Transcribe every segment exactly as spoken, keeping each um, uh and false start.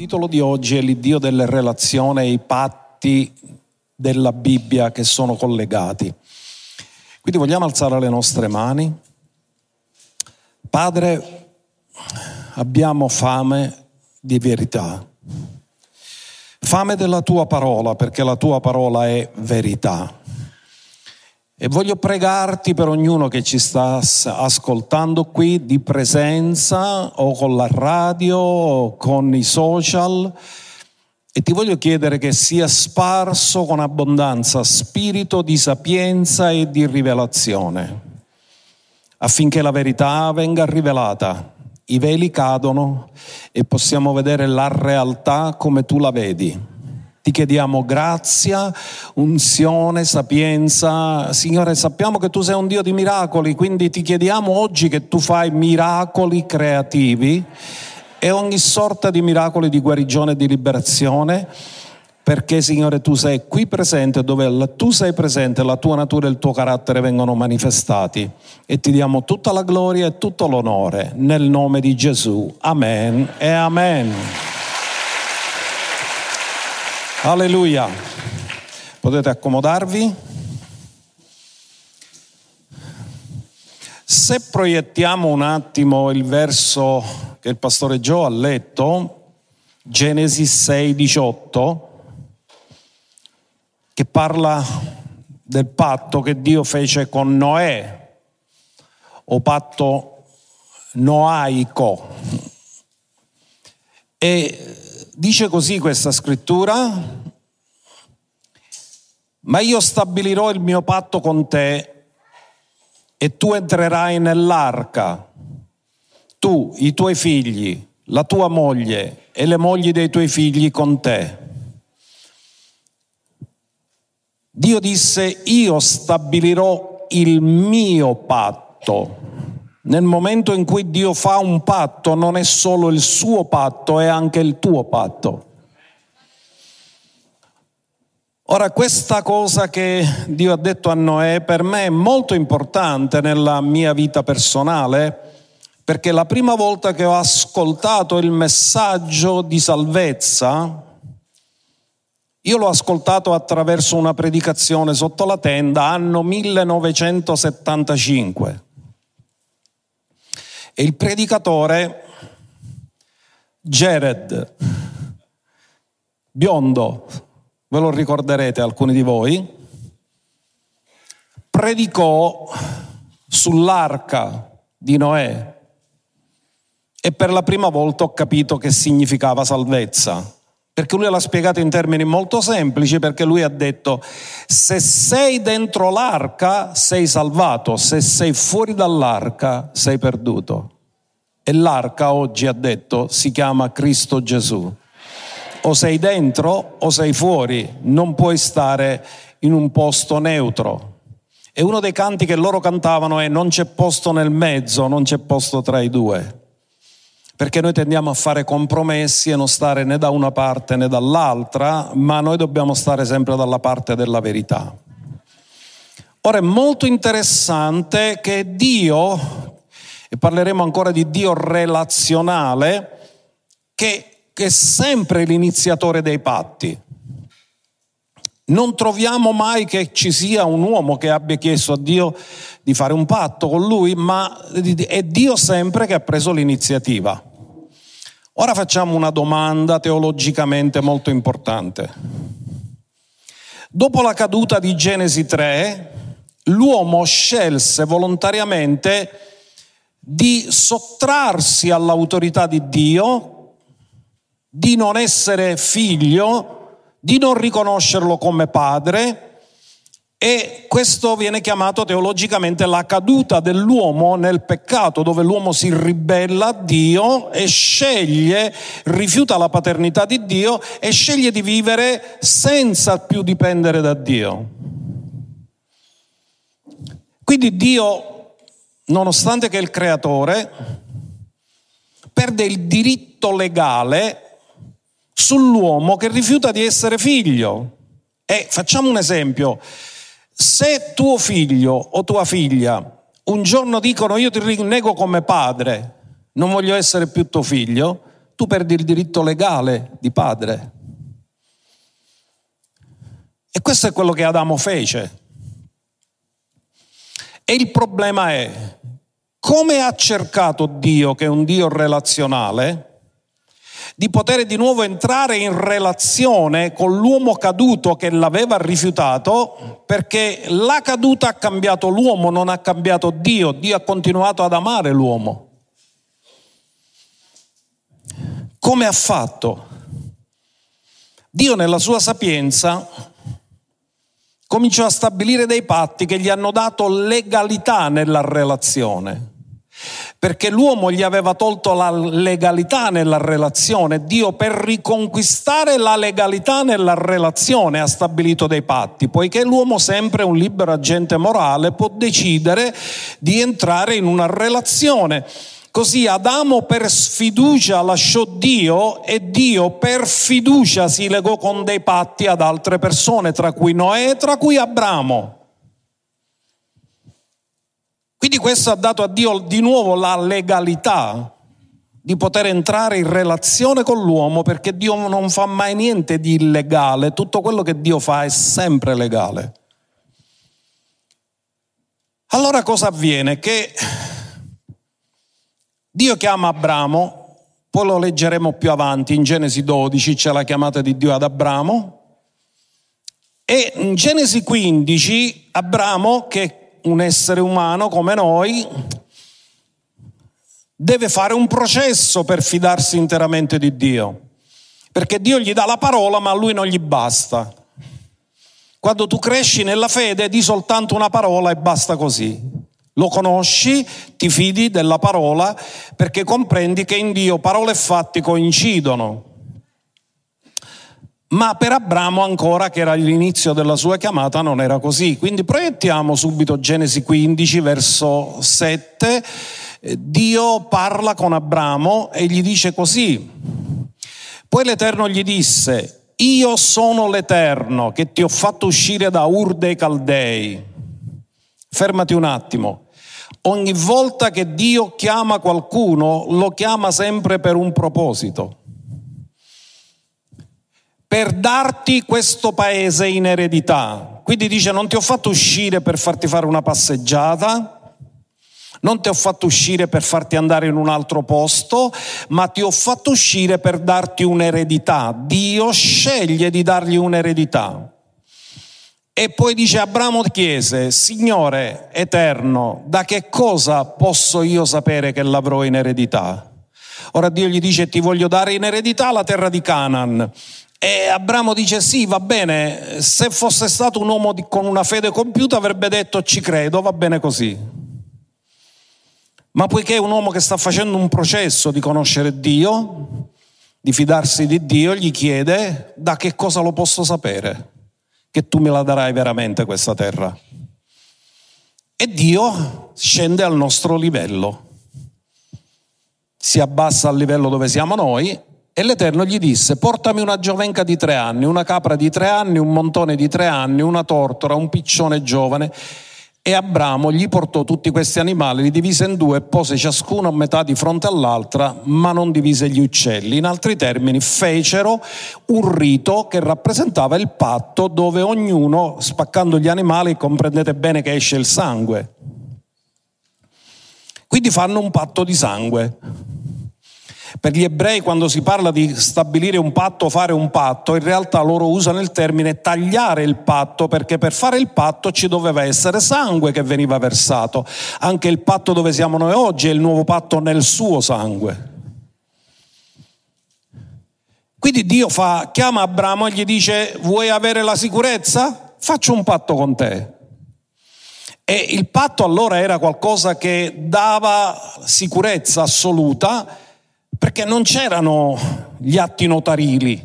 capitolo di oggi è l'Iddio delle relazioni e i patti della Bibbia che sono collegati. Quindi vogliamo alzare le nostre mani. Padre, abbiamo fame di verità, fame della tua parola, perché la tua parola è verità. E voglio pregarti per ognuno che ci sta ascoltando qui di presenza o con la radio o con i social, e ti voglio chiedere che sia sparso con abbondanza spirito di sapienza e di rivelazione, affinché la verità venga rivelata, i veli cadono e possiamo vedere la realtà come tu la vedi. Ti chiediamo grazia, unzione, sapienza. Signore, sappiamo che tu sei un Dio di miracoli, quindi ti chiediamo oggi che tu fai miracoli creativi e ogni sorta di miracoli di guarigione e di liberazione, perché, Signore, tu sei qui presente, dove tu sei presente, la tua natura e il tuo carattere vengono manifestati, e ti diamo tutta la gloria e tutto l'onore nel nome di Gesù. Amen e amen. Alleluia. Potete accomodarvi? Se proiettiamo un attimo il verso che il pastore Joe ha letto, Genesi sei diciotto, che parla del patto che Dio fece con Noè, o patto noaico. E dice così questa scrittura: ma io stabilirò il mio patto con te e tu entrerai nell'arca, tu, i tuoi figli, la tua moglie e le mogli dei tuoi figli con te. Dio disse: io stabilirò il mio patto. Nel momento in cui Dio fa un patto, non è solo il suo patto, è anche il tuo patto. Ora, questa cosa che Dio ha detto a Noè per me è molto importante nella mia vita personale, perché la prima volta che ho ascoltato il messaggio di salvezza, io l'ho ascoltato attraverso una predicazione sotto la tenda, anno millenovecentosettantacinque. E il predicatore, Jared, biondo, ve lo ricorderete alcuni di voi, predicò sull'arca di Noè e per la prima volta ho capito che significava salvezza. Perché lui l'ha spiegato in termini molto semplici, perché lui ha detto: se sei dentro l'arca sei salvato, se sei fuori dall'arca sei perduto. E l'arca oggi, ha detto, si chiama Cristo Gesù. O sei dentro o sei fuori, non puoi stare in un posto neutro. E uno dei canti che loro cantavano è: non c'è posto nel mezzo, non c'è posto tra i due. Perché noi tendiamo a fare compromessi e non stare né da una parte né dall'altra, ma noi dobbiamo stare sempre dalla parte della verità. Ora è molto interessante che Dio, e parleremo ancora di Dio relazionale, che, che è sempre l'iniziatore dei patti. Non troviamo mai che ci sia un uomo che abbia chiesto a Dio di fare un patto con lui, ma è Dio sempre che ha preso l'iniziativa. Ora facciamo una domanda teologicamente molto importante. Dopo la caduta di Genesi tre, l'uomo scelse volontariamente di sottrarsi all'autorità di Dio, di non essere figlio, di non riconoscerlo come padre, e questo viene chiamato teologicamente la caduta dell'uomo nel peccato, dove l'uomo si ribella a Dio e sceglie, rifiuta la paternità di Dio e sceglie di vivere senza più dipendere da Dio. Quindi Dio, nonostante che è il creatore, perde il diritto legale sull'uomo che rifiuta di essere figlio. E facciamo un esempio: se tuo figlio o tua figlia un giorno dicono: io ti rinnego come padre, non voglio essere più tuo figlio, tu perdi il diritto legale di padre. E questo è quello che Adamo fece. E il problema è, come ha cercato Dio, che è un Dio relazionale, di poter di nuovo entrare in relazione con l'uomo caduto che l'aveva rifiutato, perché la caduta ha cambiato l'uomo, non ha cambiato Dio. Dio ha continuato ad amare l'uomo. Come ha fatto? Dio nella sua sapienza cominciò a stabilire dei patti che gli hanno dato legalità nella relazione. Perché l'uomo gli aveva tolto la legalità nella relazione, Dio per riconquistare la legalità nella relazione ha stabilito dei patti, poiché l'uomo sempre è un libero agente morale, può decidere di entrare in una relazione. Così Adamo per sfiducia lasciò Dio e Dio per fiducia si legò con dei patti ad altre persone, tra cui Noè, tra cui Abramo. Quindi questo ha dato a Dio di nuovo la legalità di poter entrare in relazione con l'uomo, perché Dio non fa mai niente di illegale, tutto quello che Dio fa è sempre legale. Allora cosa avviene? Che Dio chiama Abramo, poi lo leggeremo più avanti, in Genesi dodici c'è la chiamata di Dio ad Abramo, e in Genesi quindici Abramo, che un essere umano come noi, deve fare un processo per fidarsi interamente di Dio, perché Dio gli dà la parola ma a lui non gli basta. Quando tu cresci nella fede di soltanto una parola e basta così, lo conosci, ti fidi della parola perché comprendi che in Dio parola e fatti coincidono. Ma per Abramo ancora, che era l'inizio della sua chiamata, non era così. Quindi proiettiamo subito Genesi quindici, verso sette. Dio parla con Abramo e gli dice così: poi l'Eterno gli disse: io sono l'Eterno che ti ho fatto uscire da Ur dei Caldei. Fermati un attimo. Ogni volta che Dio chiama qualcuno, lo chiama sempre per un proposito. Per darti questo paese in eredità. Quindi dice: non ti ho fatto uscire per farti fare una passeggiata, non ti ho fatto uscire per farti andare in un altro posto, ma ti ho fatto uscire per darti un'eredità. Dio sceglie di dargli un'eredità. E poi dice: Abramo chiese: Signore eterno, da che cosa posso io sapere che l'avrò in eredità? Ora Dio gli dice: ti voglio dare in eredità la terra di Canaan. E Abramo dice: sì, va bene, se fosse stato un uomo di, con una fede compiuta avrebbe detto: ci credo, va bene così. Ma poiché è un uomo che sta facendo un processo di conoscere Dio, di fidarsi di Dio, gli chiede: da che cosa lo posso sapere che tu me la darai veramente questa terra? E Dio scende al nostro livello, si abbassa al livello dove siamo noi. E l'Eterno gli disse: portami una giovenca di tre anni, una capra di tre anni, un montone di tre anni, una tortora, un piccione giovane. E Abramo gli portò tutti questi animali, li divise in due e pose ciascuno a metà di fronte all'altra, ma non divise gli uccelli. In altri termini, fecero un rito che rappresentava il patto, dove ognuno, spaccando gli animali, comprendete bene che esce il sangue. Quindi fanno un patto di sangue. Per gli ebrei, quando si parla di stabilire un patto, fare un patto, in realtà loro usano il termine tagliare il patto, perché per fare il patto ci doveva essere sangue che veniva versato. Anche il patto dove siamo noi oggi è il nuovo patto nel suo sangue. Quindi Dio fa, chiama Abramo e gli dice: vuoi avere la sicurezza? Faccio un patto con te. E il patto allora era qualcosa che dava sicurezza assoluta, perché non c'erano gli atti notarili.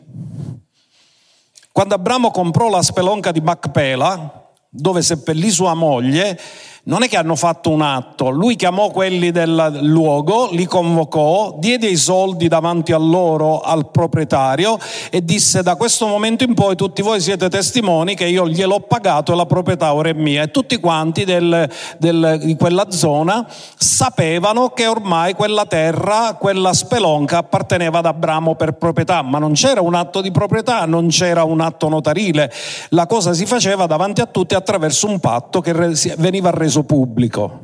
Quando Abramo comprò la spelonca di Macpela, dove seppellì sua moglie, non è che hanno fatto un atto, lui chiamò quelli del luogo, li convocò, diede i soldi davanti a loro al proprietario e disse: da questo momento in poi tutti voi siete testimoni che io gliel'ho pagato e la proprietà ora è mia. E tutti quanti del, del, di quella zona sapevano che ormai quella terra, quella spelonca apparteneva ad Abramo per proprietà, ma non c'era un atto di proprietà, non c'era un atto notarile, la cosa si faceva davanti a tutti attraverso un patto che veniva reso pubblico.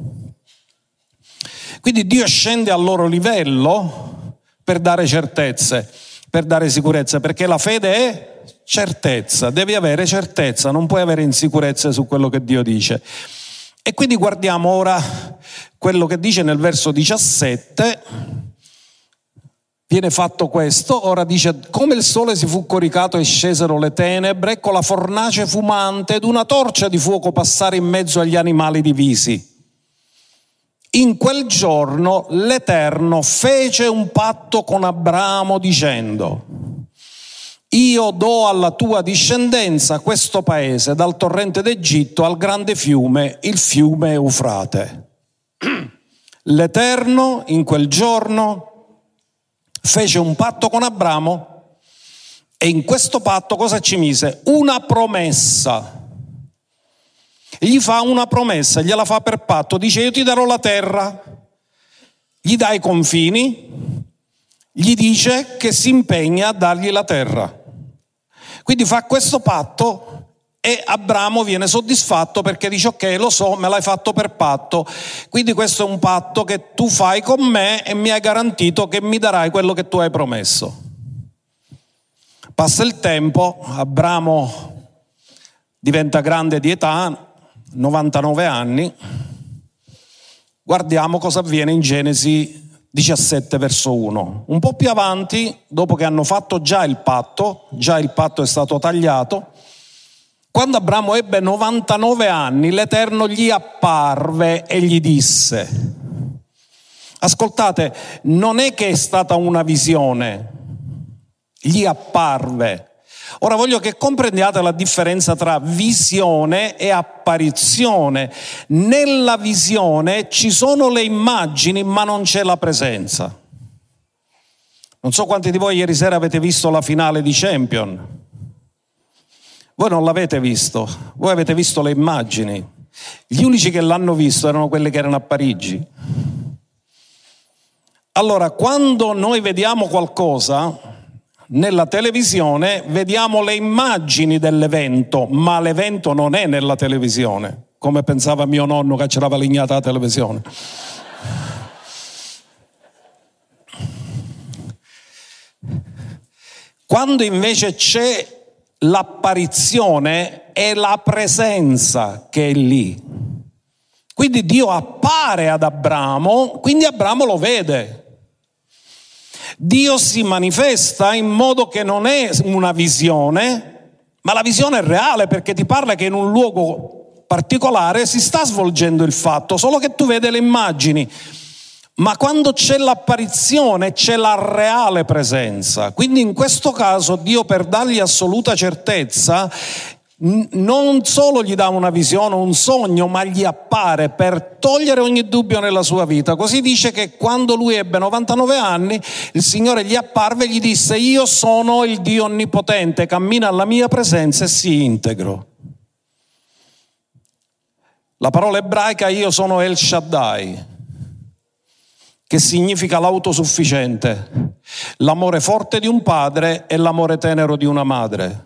Quindi Dio scende al loro livello per dare certezze, per dare sicurezza, perché la fede è certezza, devi avere certezza, non puoi avere insicurezze su quello che Dio dice. E quindi guardiamo ora quello che dice nel verso diciassette. Viene fatto questo, ora dice: come il sole si fu coricato e scesero le tenebre, ecco la fornace fumante ed una torcia di fuoco passare in mezzo agli animali divisi. In quel giorno l'Eterno fece un patto con Abramo dicendo: io do alla tua discendenza questo paese, dal torrente d'Egitto al grande fiume, il fiume Eufrate. L'Eterno in quel giorno fece un patto con Abramo e in questo patto cosa ci mise? Una promessa. Gli fa una promessa, gliela fa per patto, dice: io ti darò la terra, gli dà i confini, gli dice che si impegna a dargli la terra. Quindi fa questo patto e Abramo viene soddisfatto perché dice: ok, lo so, me l'hai fatto per patto, quindi questo è un patto che tu fai con me e mi hai garantito che mi darai quello che tu hai promesso. Passa il tempo, Abramo diventa grande di età, novantanove anni. Guardiamo cosa avviene in Genesi diciassette verso uno. Un po' più avanti, dopo che hanno fatto già il patto, già il patto è stato tagliato, quando Abramo ebbe novantanove anni, l'Eterno gli apparve e gli disse: ascoltate, non è che è stata una visione, gli apparve. Ora voglio che comprendiate la differenza tra visione e apparizione. Nella visione ci sono le immagini, ma non c'è la presenza. Non so quanti di voi ieri sera avete visto la finale di Champions. Voi non l'avete visto, voi avete visto le immagini. Gli unici che l'hanno visto erano quelli che erano a Parigi. Allora, quando noi vediamo qualcosa nella televisione, vediamo le immagini dell'evento, ma l'evento non è nella televisione, come pensava mio nonno che c'era lignata la televisione. Quando invece c'è l'apparizione, è la presenza che è lì. Quindi Dio appare ad Abramo, quindi Abramo lo vede. Dio si manifesta in modo che non è una visione, ma la visione è reale, perché ti parla che in un luogo particolare si sta svolgendo il fatto, solo che tu vedi le immagini. Ma quando c'è l'apparizione c'è la reale presenza. Quindi in questo caso Dio, per dargli assoluta certezza, non solo gli dà una visione, un sogno, ma gli appare per togliere ogni dubbio nella sua vita. Così dice che quando lui ebbe novantanove anni, il Signore gli apparve e gli disse: io sono il Dio onnipotente, cammina alla mia presenza e sii integro. La parola ebraica io sono El Shaddai, che significa l'autosufficiente, l'amore forte di un padre e l'amore tenero di una madre.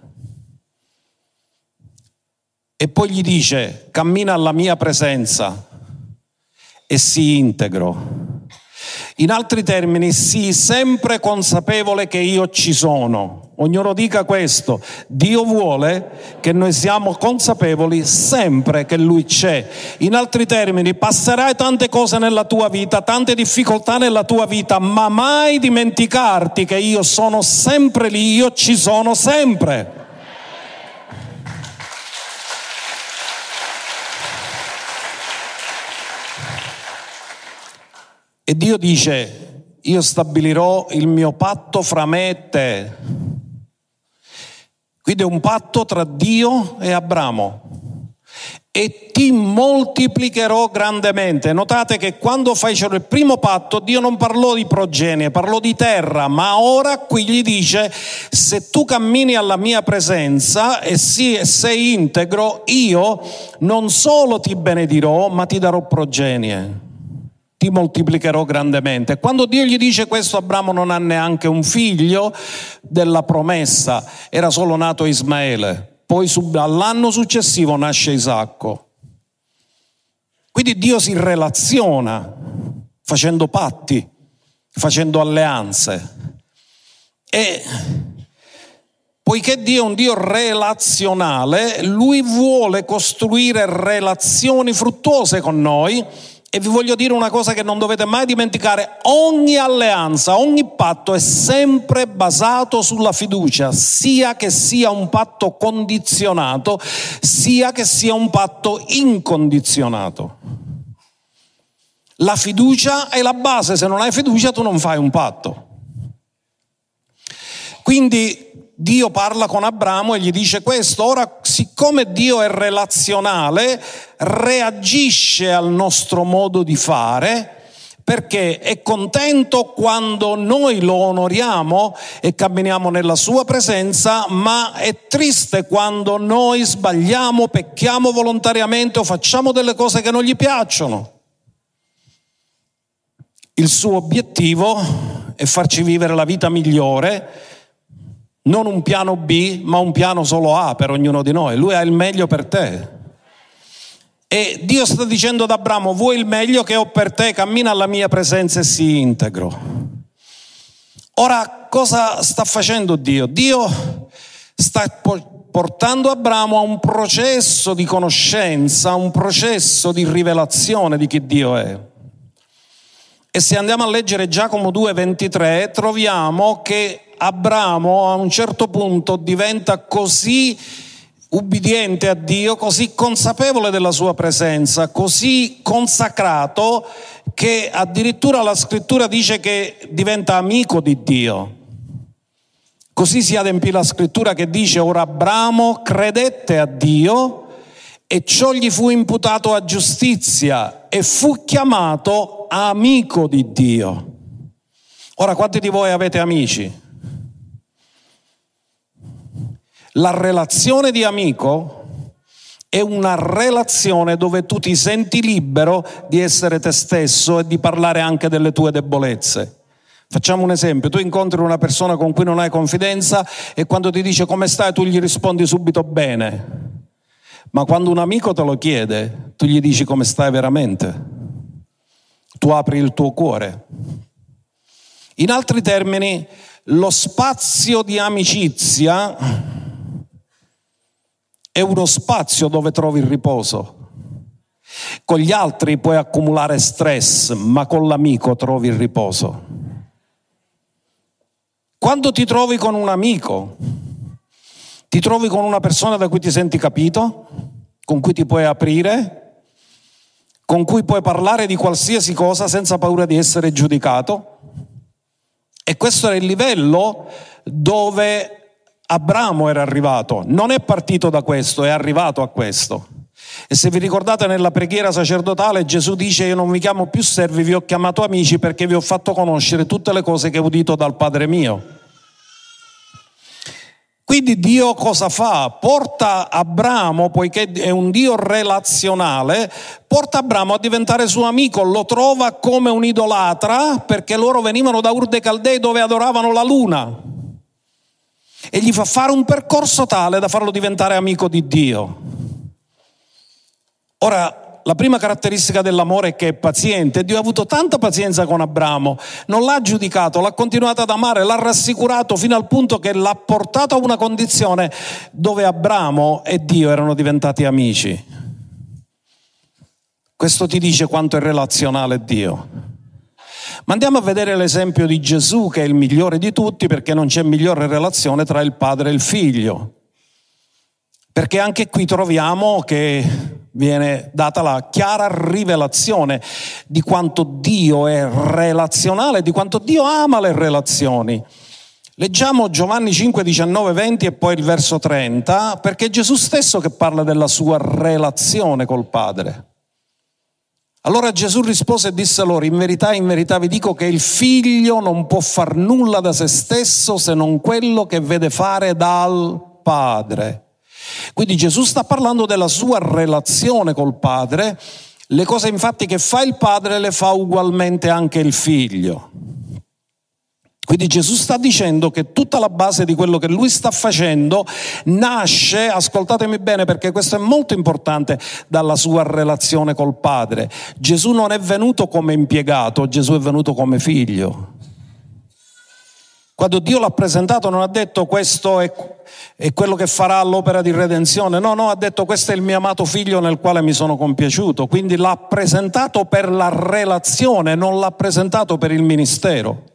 E poi gli dice: cammina alla mia presenza e sii integro. In altri termini, sii sempre consapevole che io ci sono. Ognuno dica questo: Dio vuole che noi siamo consapevoli sempre che Lui c'è. In altri termini, passerai tante cose nella tua vita, tante difficoltà nella tua vita, ma mai dimenticarti che io sono sempre lì, io ci sono sempre. E Dio dice: io stabilirò il mio patto fra me e te. Quindi è un patto tra Dio e Abramo. e ti moltiplicherò grandemente. Notate che quando fecero il primo patto Dio non parlò di progenie, parlò di terra, ma ora qui gli dice: se tu cammini alla mia presenza e sei integro, io non solo ti benedirò, ma ti darò progenie, ti moltiplicherò grandemente. Quando Dio gli dice questo, Abramo non ha neanche un figlio della promessa, era solo nato Ismaele. Poi all'anno successivo nasce Isacco. Quindi Dio si relaziona facendo patti, facendo alleanze. E poiché Dio è un Dio relazionale, Lui vuole costruire relazioni fruttuose con noi. E vi voglio dire una cosa che non dovete mai dimenticare: ogni alleanza, ogni patto è sempre basato sulla fiducia, sia che sia un patto condizionato, sia che sia un patto incondizionato. La fiducia è la base, se non hai fiducia tu non fai un patto. Quindi Dio parla con Abramo e gli dice questo. Ora, siccome Dio è relazionale, reagisce al nostro modo di fare, perché è contento quando noi lo onoriamo e camminiamo nella sua presenza, ma è triste quando noi sbagliamo, pecchiamo volontariamente o facciamo delle cose che non gli piacciono. Il suo obiettivo è farci vivere la vita migliore, non un piano B, ma un piano solo A per ognuno di noi. Lui ha il meglio per te. E Dio sta dicendo ad Abramo: vuoi il meglio che ho per te? Cammina alla mia presenza e sii integro. Ora, cosa sta facendo Dio? Dio sta portando Abramo a un processo di conoscenza, un processo di rivelazione di chi Dio è. E se andiamo a leggere Giacomo due ventitré, troviamo che Abramo a un certo punto diventa così ubbidiente a Dio, così consapevole della sua presenza, così consacrato, che addirittura la scrittura dice che diventa amico di Dio. Così si adempì la scrittura che dice: ora Abramo credette a Dio e ciò gli fu imputato a giustizia e fu chiamato amico di Dio. Ora, quanti di voi avete amici? La relazione di amico è una relazione dove tu ti senti libero di essere te stesso e di parlare anche delle tue debolezze. Facciamo un esempio: tu incontri una persona con cui non hai confidenza e quando ti dice come stai tu gli rispondi subito bene, ma quando un amico te lo chiede tu gli dici come stai veramente, tu apri il tuo cuore. In altri termini, lo spazio di amicizia è uno spazio dove trovi il riposo. Con gli altri puoi accumulare stress, ma con l'amico trovi il riposo. Quando ti trovi con un amico, ti trovi con una persona da cui ti senti capito, con cui ti puoi aprire, con cui puoi parlare di qualsiasi cosa senza paura di essere giudicato. E questo è il livello dove Abramo era arrivato. Non è partito da questo, è arrivato a questo. E se vi ricordate, nella preghiera sacerdotale Gesù dice: io non vi chiamo più servi, vi ho chiamato amici, perché vi ho fatto conoscere tutte le cose che ho udito dal Padre mio. Quindi Dio cosa fa? Porta Abramo, poiché è un Dio relazionale, porta Abramo a diventare suo amico, lo trova come un idolatra, perché loro venivano da Ur dei Caldei dove adoravano la luna, e gli fa fare un percorso tale da farlo diventare amico di Dio. Ora, la prima caratteristica dell'amore è che è paziente. Dio ha avuto tanta pazienza con Abramo, non l'ha giudicato, l'ha continuato ad amare, l'ha rassicurato fino al punto che l'ha portato a una condizione dove Abramo e Dio erano diventati amici. Questo ti dice quanto è relazionale Dio. Ma andiamo a vedere l'esempio di Gesù, che è il migliore di tutti, perché non c'è migliore relazione tra il padre e il figlio. Perché anche qui troviamo che viene data la chiara rivelazione di quanto Dio è relazionale, di quanto Dio ama le relazioni. Leggiamo Giovanni cinque, diciannove, venti e poi il verso trenta, perché è Gesù stesso che parla della sua relazione col Padre. Allora Gesù rispose e disse loro: in verità, in verità vi dico che il figlio non può far nulla da se stesso se non quello che vede fare dal Padre. Quindi Gesù sta parlando della sua relazione col Padre. Le cose infatti che fa il Padre le fa ugualmente anche il figlio. Quindi Gesù sta dicendo che tutta la base di quello che lui sta facendo nasce, ascoltatemi bene perché questo è molto importante, dalla sua relazione col Padre. Gesù non è venuto come impiegato, Gesù è venuto come figlio. Quando Dio l'ha presentato non ha detto questo è, è quello che farà l'opera di redenzione, no, no, ha detto questo è il mio amato figlio nel quale mi sono compiaciuto. Quindi l'ha presentato per la relazione, non l'ha presentato per il ministero.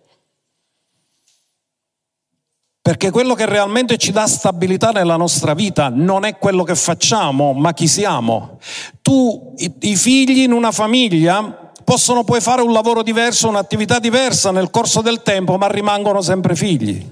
Perché quello che realmente ci dà stabilità nella nostra vita non è quello che facciamo, ma chi siamo. Tu, i, i figli in una famiglia possono poi fare un lavoro diverso, un'attività diversa nel corso del tempo, ma rimangono sempre figli.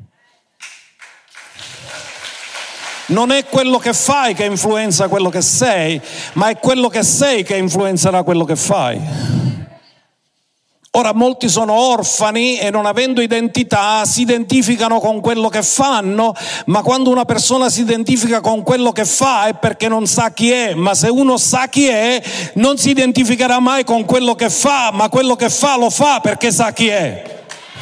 Non è quello che fai che influenza quello che sei, ma è quello che sei che influenzerà quello che fai. Ora molti sono orfani e non avendo identità si identificano con quello che fanno, ma quando una persona si identifica con quello che fa è perché non sa chi è, ma se uno sa chi è non si identificherà mai con quello che fa, ma quello che fa lo fa perché sa chi è.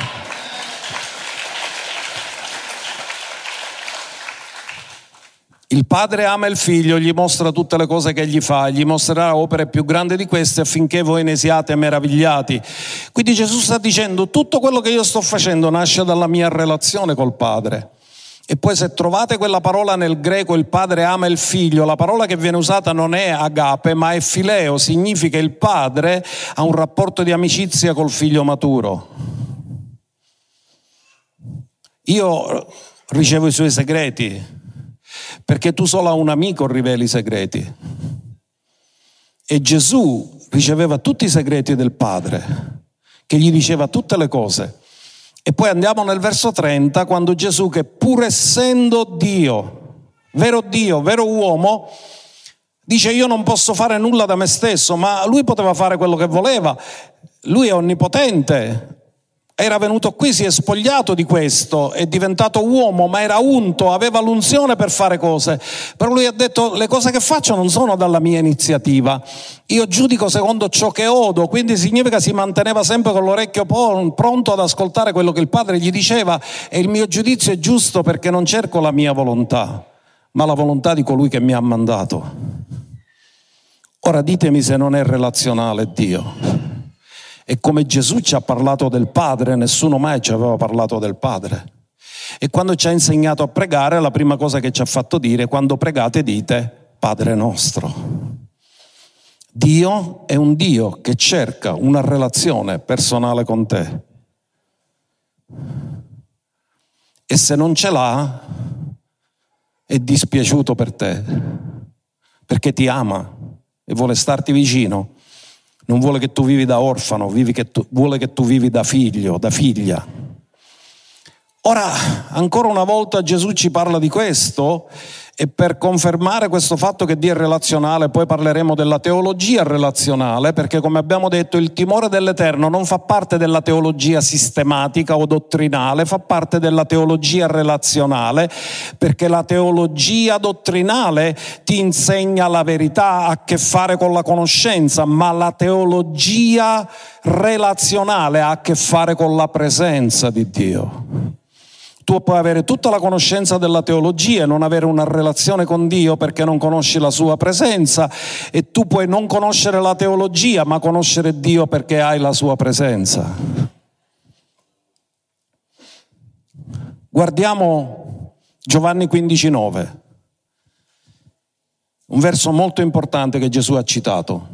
Il padre ama il figlio, gli mostra tutte le cose che gli fa, gli mostrerà opere più grandi di queste affinché voi ne siate meravigliati. Quindi Gesù sta dicendo tutto quello che io sto facendo nasce dalla mia relazione col Padre. E poi se trovate quella parola nel greco, il padre ama il figlio, la parola che viene usata non è agape ma è fileo, significa il padre ha un rapporto di amicizia col figlio maturo. Io ricevo i suoi segreti, perché tu solo a un amico riveli i segreti. E Gesù riceveva tutti i segreti del Padre, che gli diceva tutte le cose. E poi andiamo nel verso trenta, quando Gesù, che pur essendo Dio, vero Dio, vero uomo, dice io non posso fare nulla da me stesso, ma lui poteva fare quello che voleva. Lui è onnipotente. Era venuto qui, si è spogliato di questo, è diventato uomo, ma era unto, aveva l'unzione per fare cose. Però lui ha detto, le cose che faccio non sono dalla mia iniziativa. Io giudico secondo ciò che odo, quindi significa si manteneva sempre con l'orecchio pronto ad ascoltare quello che il padre gli diceva, e il mio giudizio è giusto perché non cerco la mia volontà, ma la volontà di colui che mi ha mandato. Ora ditemi se non è relazionale Dio. E come Gesù ci ha parlato del Padre, nessuno mai ci aveva parlato del Padre. E quando ci ha insegnato a pregare, la prima cosa che ci ha fatto dire, quando pregate dite Padre nostro. Dio è un Dio che cerca una relazione personale con te. E se non ce l'ha, è dispiaciuto per te, perché ti ama e vuole starti vicino. Non vuole che tu vivi da orfano, vivi che tu, vuole che tu vivi da figlio, da figlia. Ora, ancora una volta Gesù ci parla di questo, e per confermare questo fatto che Dio è relazionale, poi parleremo della teologia relazionale, perché come abbiamo detto il timore dell'Eterno non fa parte della teologia sistematica o dottrinale, fa parte della teologia relazionale, perché la teologia dottrinale ti insegna la verità, ha a che fare con la conoscenza, ma la teologia relazionale ha a che fare con la presenza di Dio. Tu puoi avere tutta la conoscenza della teologia e non avere una relazione con Dio perché non conosci la sua presenza, e tu puoi non conoscere la teologia ma conoscere Dio perché hai la sua presenza. Guardiamo Giovanni quindici nove, un verso molto importante che Gesù ha citato.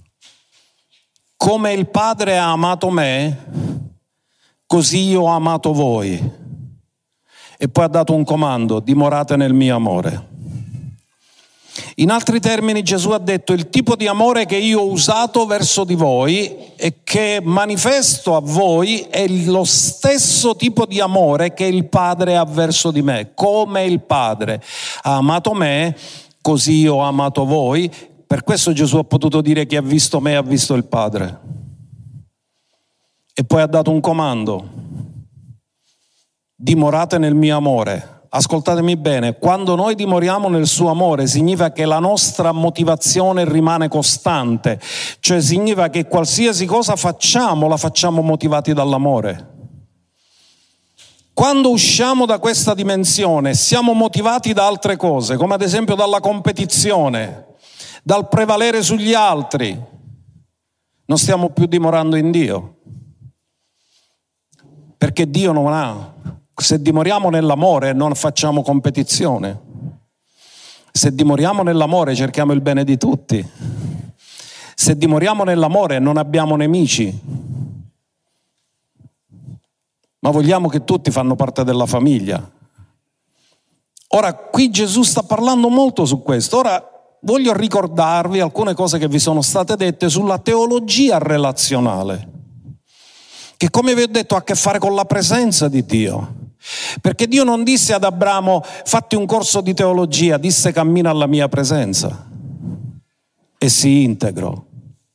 Come il Padre ha amato me, così io ho amato voi. E poi ha dato un comando, dimorate nel mio amore. In altri termini Gesù ha detto: il tipo di amore che io ho usato verso di voi e che manifesto a voi è lo stesso tipo di amore che il Padre ha verso di me. Come il Padre ha amato me, così io ho amato voi. Per questo Gesù ha potuto dire: chi ha visto me ha visto il Padre. E poi ha dato un comando: dimorate nel mio amore. Ascoltatemi bene, quando noi dimoriamo nel suo amore significa che la nostra motivazione rimane costante, cioè significa che qualsiasi cosa facciamo la facciamo motivati dall'amore. Quando usciamo da questa dimensione siamo motivati da altre cose, come ad esempio dalla competizione, dal prevalere sugli altri, non stiamo più dimorando in Dio, perché Dio non ha. Se dimoriamo nell'amore non facciamo competizione. Se dimoriamo nell'amore cerchiamo il bene di tutti. Se dimoriamo nell'amore non abbiamo nemici. Ma vogliamo che tutti fanno parte della famiglia. Ora, qui Gesù sta parlando molto su questo. Ora, voglio ricordarvi alcune cose che vi sono state dette sulla teologia relazionale, che, come vi ho detto, ha a che fare con la presenza di Dio. Perché Dio non disse ad Abramo: fatti un corso di teologia, disse: cammina alla mia presenza e si integro.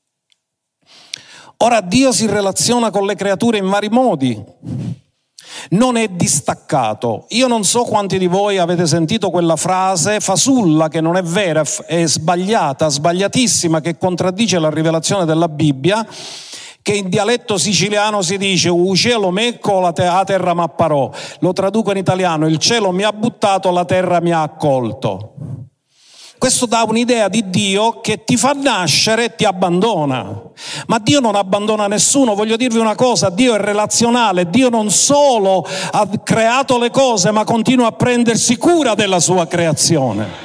Ora, Dio si relaziona con le creature in vari modi, non è distaccato. Io non so quanti di voi avete sentito quella frase fasulla, che non è vera, è sbagliata, sbagliatissima, che contraddice la rivelazione della Bibbia, che in dialetto siciliano si dice: u cielo mecco, la terra m'apparò. Lo traduco in italiano: il cielo mi ha buttato, la terra mi ha accolto. Questo dà un'idea di Dio che ti fa nascere e ti abbandona. Ma Dio non abbandona nessuno. Voglio dirvi una cosa: Dio è relazionale. Dio non solo ha creato le cose, ma continua a prendersi cura della sua creazione.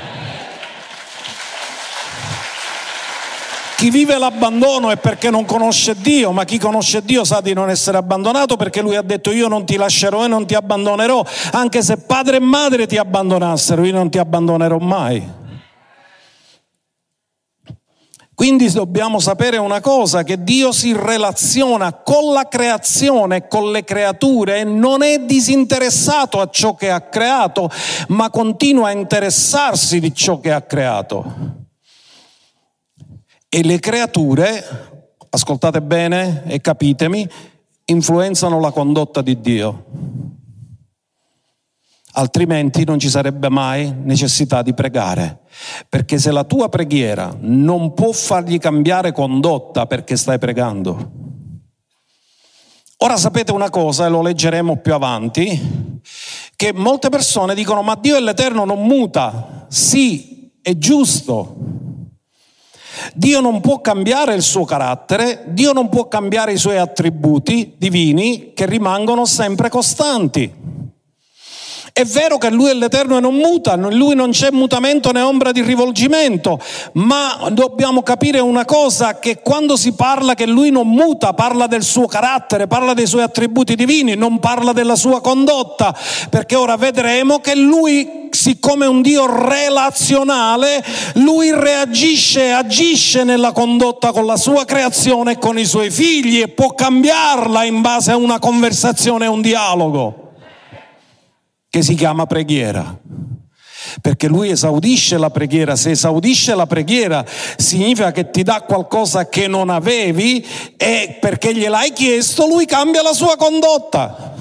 Chi vive l'abbandono è perché non conosce Dio, ma chi conosce Dio sa di non essere abbandonato, perché Lui ha detto: io non ti lascerò e non ti abbandonerò. Anche se padre e madre ti abbandonassero, io non ti abbandonerò mai. Quindi dobbiamo sapere una cosa, che Dio si relaziona con la creazione, con le creature, e non è disinteressato a ciò che ha creato, ma continua a interessarsi di ciò che ha creato. E le creature, ascoltate bene e capitemi, influenzano la condotta di Dio. Altrimenti non ci sarebbe mai necessità di pregare. Perché se la tua preghiera non può fargli cambiare condotta, perché stai pregando. Ora sapete una cosa, e lo leggeremo più avanti, che molte persone dicono: ma Dio è l'Eterno, non muta. Sì, è giusto. Dio non può cambiare il suo carattere, Dio non può cambiare i suoi attributi divini, che rimangono sempre costanti. È vero che Lui è l'Eterno e non muta, in Lui non c'è mutamento né ombra di rivolgimento, ma dobbiamo capire una cosa, che quando si parla che Lui non muta, parla del suo carattere, parla dei suoi attributi divini, non parla della sua condotta, perché ora vedremo che Lui, siccome è un Dio relazionale, Lui reagisce e agisce nella condotta con la sua creazione e con i suoi figli, e può cambiarla in base a una conversazione e un dialogo che si chiama preghiera, perché Lui esaudisce la preghiera. Se esaudisce la preghiera significa che ti dà qualcosa che non avevi, e perché gliel'hai chiesto Lui cambia la sua condotta.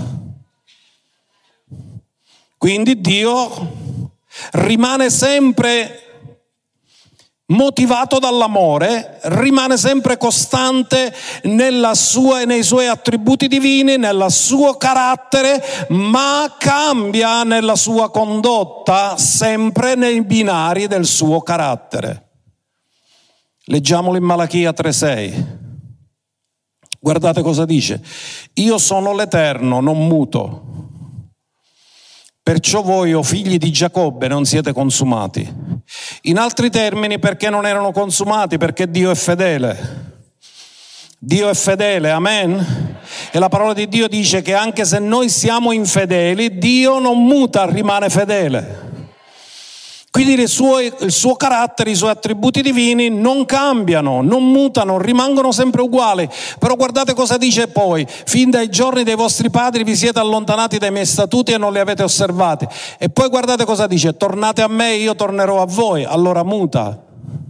Quindi Dio rimane sempre motivato dall'amore, rimane sempre costante nella sua, nei suoi attributi divini, nel suo carattere, ma cambia nella sua condotta sempre nei binari del suo carattere. Leggiamolo in Malachia tre sei. Guardate cosa dice: io sono l'Eterno, non muto. Perciò voi, o figli di Giacobbe, non siete consumati. In altri termini, perché non erano consumati? Perché Dio è fedele. Dio è fedele, amen? E la parola di Dio dice che anche se noi siamo infedeli, Dio non muta, rimane fedele. Quindi il suo, il suo carattere, i suoi attributi divini non cambiano, non mutano, rimangono sempre uguali. Però guardate cosa dice poi: fin dai giorni dei vostri padri vi siete allontanati dai miei statuti e non li avete osservati. E poi guardate cosa dice: tornate a me e io tornerò a voi. Allora muta.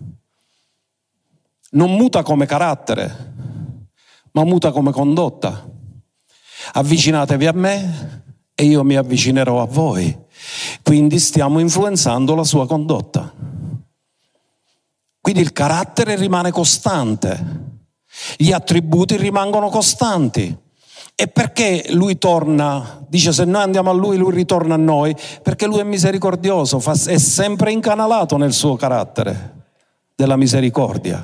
Non muta come carattere, ma muta come condotta. Avvicinatevi a me e io mi avvicinerò a voi. Quindi stiamo influenzando la sua condotta. Quindi il carattere rimane costante, gli attributi rimangono costanti. E perché lui torna? Dice: se noi andiamo a lui, lui ritorna a noi, perché lui è misericordioso, è sempre incanalato nel suo carattere della misericordia.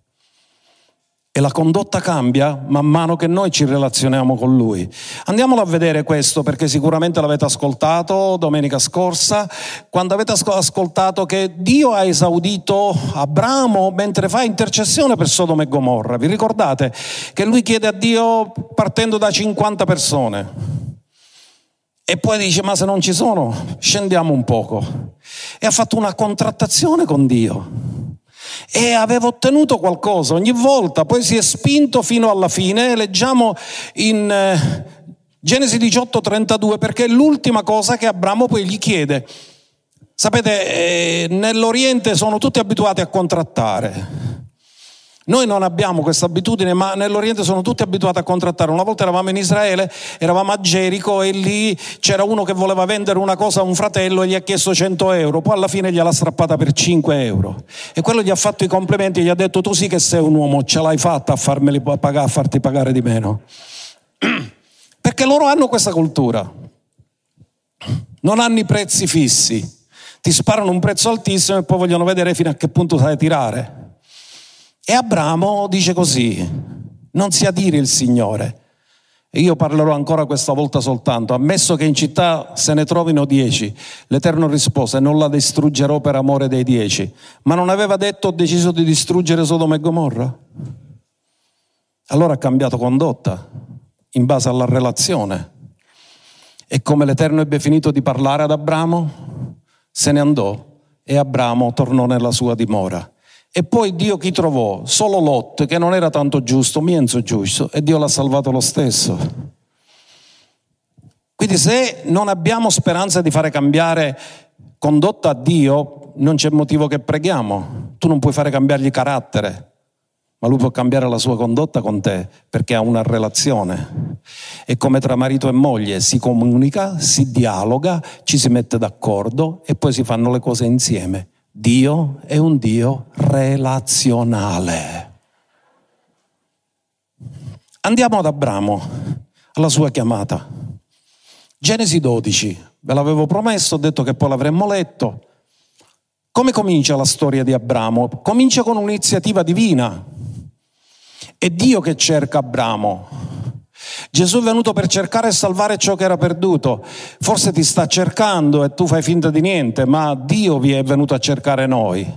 E la condotta cambia man mano che noi ci relazioniamo con Lui. Andiamolo a vedere questo, perché sicuramente l'avete ascoltato domenica scorsa, quando avete ascoltato che Dio ha esaudito Abramo mentre fa intercessione per Sodoma e Gomorra. Vi ricordate che lui chiede a Dio partendo da cinquanta persone e poi dice: ma se non ci sono, scendiamo un poco. E ha fatto una contrattazione con Dio. E aveva ottenuto qualcosa ogni volta, poi si è spinto fino alla fine. Leggiamo in eh, Genesi diciotto trentadue, perché è l'ultima cosa che Abramo poi gli chiede. Sapete, eh, nell'Oriente sono tutti abituati a contrattare. Noi non abbiamo questa abitudine, ma nell'Oriente sono tutti abituati a contrattare. Una volta eravamo in Israele, eravamo a Gerico e lì c'era uno che voleva vendere una cosa a un fratello e gli ha chiesto cento euro, poi alla fine gliel'ha strappata per cinque euro. E quello gli ha fatto i complimenti e gli ha detto: tu sì che sei un uomo, ce l'hai fatta a, farmeli pagare, a farti pagare di meno. Perché loro hanno questa cultura. Non hanno i prezzi fissi. Ti sparano un prezzo altissimo e poi vogliono vedere fino a che punto sai tirare. E Abramo dice così: non si adiri il Signore. E io parlerò ancora questa volta soltanto: ammesso che in città se ne trovino dieci. L'Eterno rispose: non la distruggerò per amore dei dieci. Ma non aveva detto: ho deciso di distruggere Sodoma e Gomorra? Allora ha cambiato condotta in base alla relazione. E come l'Eterno ebbe finito di parlare ad Abramo, se ne andò e Abramo tornò nella sua dimora. E poi Dio chi trovò? Solo Lot, che non era tanto giusto, mezzo giusto, e Dio l'ha salvato lo stesso. Quindi se non abbiamo speranza di fare cambiare condotta a Dio, non c'è motivo che preghiamo. Tu non puoi fare cambiargli carattere, ma Lui può cambiare la sua condotta con te, perché ha una relazione. E come tra marito e moglie si comunica, si dialoga, ci si mette d'accordo e poi si fanno le cose insieme. Dio è un Dio relazionale. Andiamo ad Abramo, alla sua chiamata. Genesi dodici, ve l'avevo promesso, ho detto che poi l'avremmo letto. Come comincia la storia di Abramo? Comincia con un'iniziativa divina. È Dio che cerca Abramo. Gesù è venuto per cercare e salvare ciò che era perduto. Forse ti sta cercando e tu fai finta di niente, ma Dio vi è venuto a cercare noi.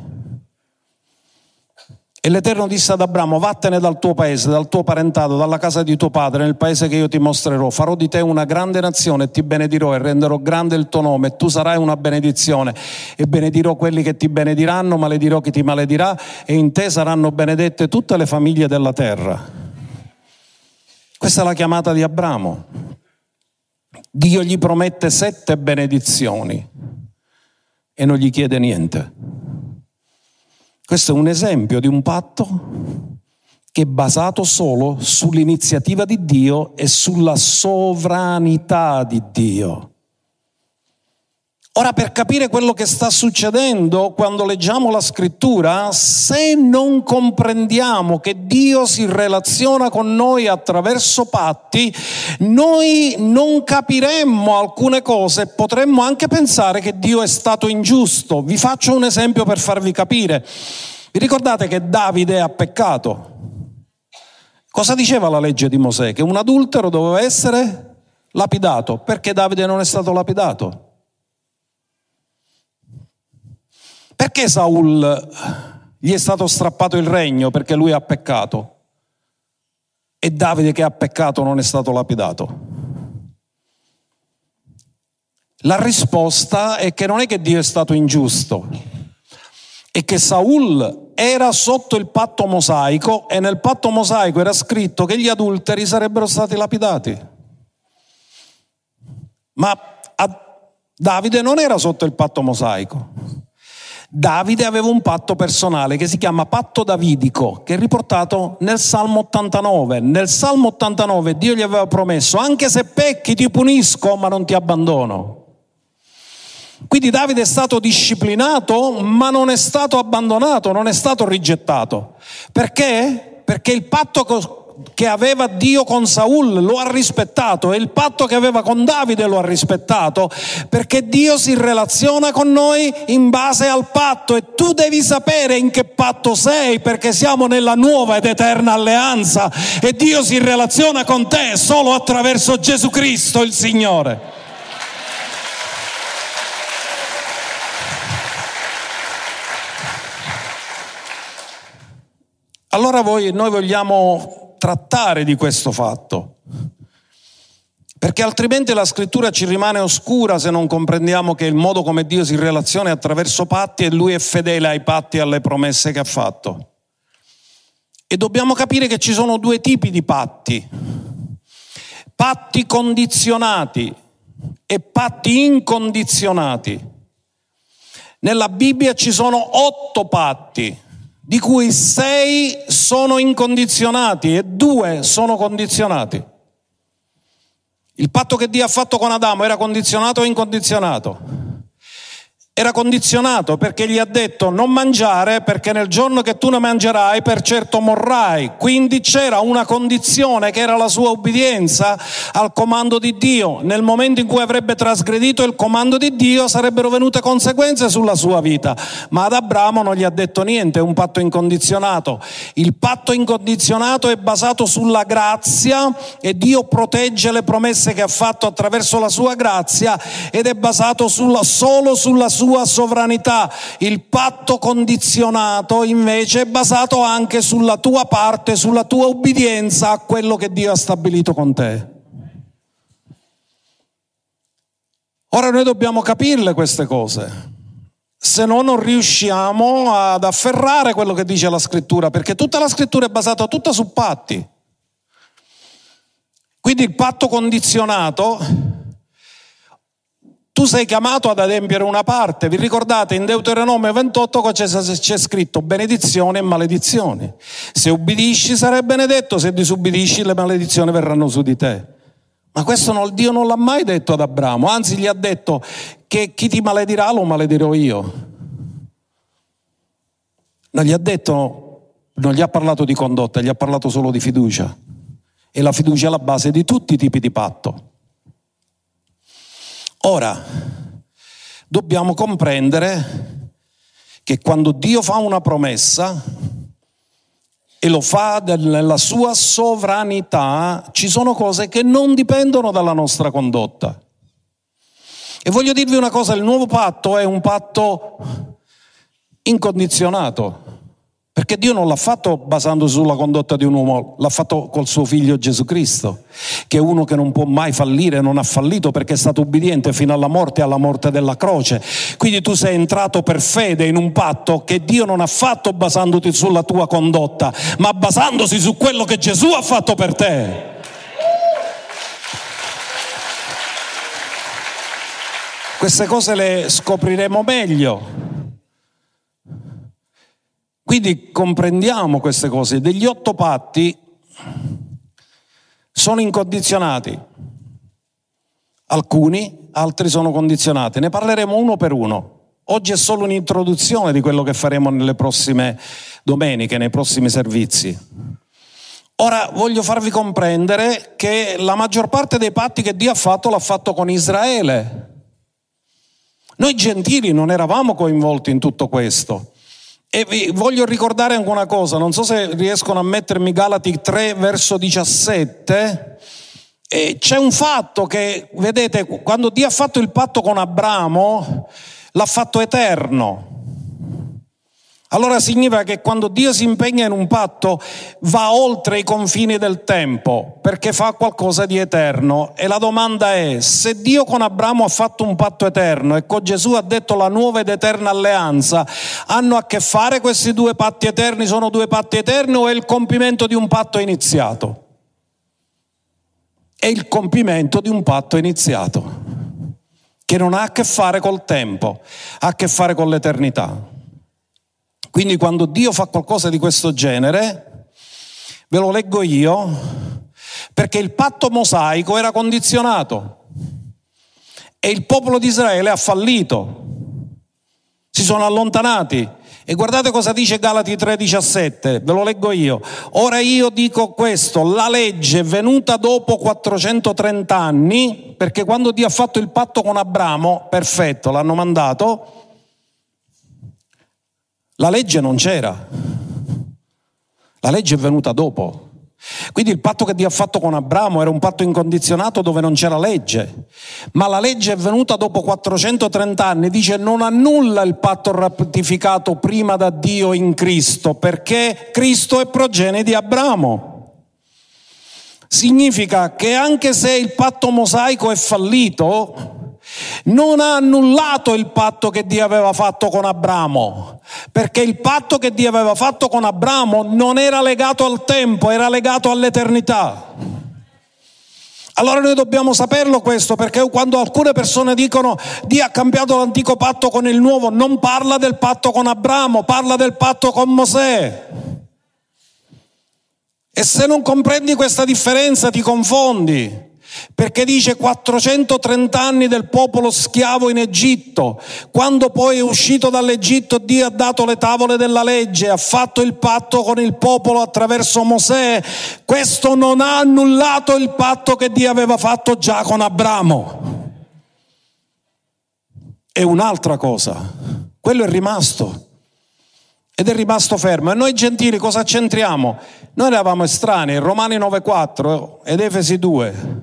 E l'Eterno disse ad Abramo: vattene dal tuo paese, dal tuo parentato, dalla casa di tuo padre, nel paese che io ti mostrerò. Farò di te una grande nazione e ti benedirò e renderò grande il tuo nome e tu sarai una benedizione. E benedirò quelli che ti benediranno, maledirò chi ti maledirà e in te saranno benedette tutte le famiglie della terra. Questa è la chiamata di Abramo. Dio gli promette sette benedizioni e non gli chiede niente. Questo è un esempio di un patto che è basato solo sull'iniziativa di Dio e sulla sovranità di Dio. Ora, per capire quello che sta succedendo quando leggiamo la scrittura, se non comprendiamo che Dio si relaziona con noi attraverso patti, noi non capiremmo alcune cose e potremmo anche pensare che Dio è stato ingiusto. Vi faccio un esempio per farvi capire. Vi ricordate che Davide ha peccato? Cosa diceva la legge di Mosè? Che un adultero doveva essere lapidato. Perché Davide non è stato lapidato? Perché Saul gli è stato strappato il regno? Perché lui ha peccato. E Davide che ha peccato non è stato lapidato. La risposta è che non è che Dio è stato ingiusto, è che Saul era sotto il patto mosaico e nel patto mosaico era scritto che gli adulteri sarebbero stati lapidati. Ma Davide non era sotto il patto mosaico. Davide aveva un patto personale che si chiama patto davidico, che è riportato nel Salmo ottantanove. Nel Salmo ottantanove Dio gli aveva promesso: anche se pecchi ti punisco, ma non ti abbandono. Quindi Davide è stato disciplinato, ma non è stato abbandonato, non è stato rigettato. Perché? Perché il patto che aveva Dio con Saul lo ha rispettato, e il patto che aveva con Davide lo ha rispettato, perché Dio si relaziona con noi in base al patto, e tu devi sapere in che patto sei, perché siamo nella nuova ed eterna alleanza e Dio si relaziona con te solo attraverso Gesù Cristo il Signore. Allora voi, noi vogliamo trattare di questo fatto, perché altrimenti la scrittura ci rimane oscura se non comprendiamo che il modo come Dio si relaziona è attraverso patti, e Lui è fedele ai patti e alle promesse che ha fatto. E dobbiamo capire che ci sono due tipi di patti: patti condizionati e patti incondizionati. Nella Bibbia ci sono otto patti, di cui sei sono incondizionati e due sono condizionati. Il patto che Dio ha fatto con Adamo era condizionato o incondizionato? Era condizionato, perché gli ha detto: non mangiare, perché nel giorno che tu ne mangerai per certo morrai. Quindi c'era una condizione che era la sua obbedienza al comando di Dio. Nel momento in cui avrebbe trasgredito il comando di Dio sarebbero venute conseguenze sulla sua vita, ma ad Abramo non gli ha detto niente. È un patto incondizionato. Il patto incondizionato è basato sulla grazia, e Dio protegge le promesse che ha fatto attraverso la sua grazia, ed è basato sulla, solo sulla sua sua sovranità. Il patto condizionato invece è basato anche sulla tua parte, sulla tua obbedienza a quello che Dio ha stabilito con te. Ora noi dobbiamo capirle queste cose, se no non riusciamo ad afferrare quello che dice la scrittura, perché tutta la scrittura è basata tutta su patti. Quindi il patto condizionato, tu sei chiamato ad adempiere una parte. Vi ricordate in Deuteronomio ventotto c'è, c'è scritto benedizioni e maledizioni. Se ubbidisci sarai benedetto, se disubbidisci le maledizioni verranno su di te. Ma questo non, Dio non l'ha mai detto ad Abramo, anzi gli ha detto che chi ti maledirà lo maledirò io. Non gli ha detto, non gli ha parlato di condotta, gli ha parlato solo di fiducia. E la fiducia è la base di tutti i tipi di patto. Ora, dobbiamo comprendere che quando Dio fa una promessa e lo fa nella sua sovranità, ci sono cose che non dipendono dalla nostra condotta. E voglio dirvi una cosa: il nuovo patto è un patto incondizionato, perché Dio non l'ha fatto basandosi sulla condotta di un uomo, l'ha fatto col suo figlio Gesù Cristo, che è uno che non può mai fallire, non ha fallito perché è stato ubbidiente fino alla morte e alla morte della croce. Quindi tu sei entrato per fede in un patto che Dio non ha fatto basandoti sulla tua condotta, ma basandosi su quello che Gesù ha fatto per te. Queste cose le scopriremo meglio. Quindi comprendiamo queste cose. Degli otto patti sono incondizionati, alcuni, altri sono condizionati. Ne parleremo uno per uno. Oggi è solo un'introduzione di quello che faremo nelle prossime domeniche, nei prossimi servizi. Ora voglio farvi comprendere che la maggior parte dei patti che Dio ha fatto l'ha fatto con Israele. Noi gentili non eravamo coinvolti in tutto questo. E vi voglio ricordare anche una cosa, non so se riescono a mettermi Galati tre verso diciassette, e c'è un fatto che, vedete, quando Dio ha fatto il patto con Abramo, l'ha fatto eterno. Allora significa che quando Dio si impegna in un patto va oltre i confini del tempo, perché fa qualcosa di eterno. E la domanda è: se Dio con Abramo ha fatto un patto eterno e con Gesù ha detto la nuova ed eterna alleanza, hanno a che fare questi due patti eterni? Sono due patti eterni o è il compimento di un patto iniziato? È il compimento di un patto iniziato, che non ha a che fare col tempo, ha a che fare con l'eternità. Quindi quando Dio fa qualcosa di questo genere, ve lo leggo io, perché il patto mosaico era condizionato e il popolo di Israele ha fallito, si sono allontanati. E guardate cosa dice Galati tre diciassette, ve lo leggo io. Ora io dico questo: la legge è venuta dopo quattrocentotrenta anni, perché quando Dio ha fatto il patto con Abramo, perfetto, l'hanno mandato, la legge non c'era, la legge è venuta dopo. Quindi il patto che Dio ha fatto con Abramo era un patto incondizionato dove non c'era legge, ma la legge è venuta dopo quattrocentotrenta anni. Dice: non annulla il patto ratificato prima da Dio in Cristo, perché Cristo è progenie di Abramo. Significa che anche se il patto mosaico è fallito, non ha annullato il patto che Dio aveva fatto con Abramo, perché il patto che Dio aveva fatto con Abramo non era legato al tempo, era legato all'eternità. Allora noi dobbiamo saperlo questo, perché quando alcune persone dicono Dio ha cambiato l'antico patto con il nuovo, non parla del patto con Abramo, parla del patto con Mosè. E se non comprendi questa differenza ti confondi. Perché dice quattrocentotrenta anni del popolo schiavo in Egitto. Quando poi è uscito dall'Egitto, Dio ha dato le tavole della legge, ha fatto il patto con il popolo attraverso Mosè. Questo non ha annullato il patto che Dio aveva fatto già con Abramo. È un'altra cosa, quello è rimasto ed è rimasto fermo. E noi gentili cosa c'entriamo? Noi eravamo estranei. Romani nove quattro ed Efesi due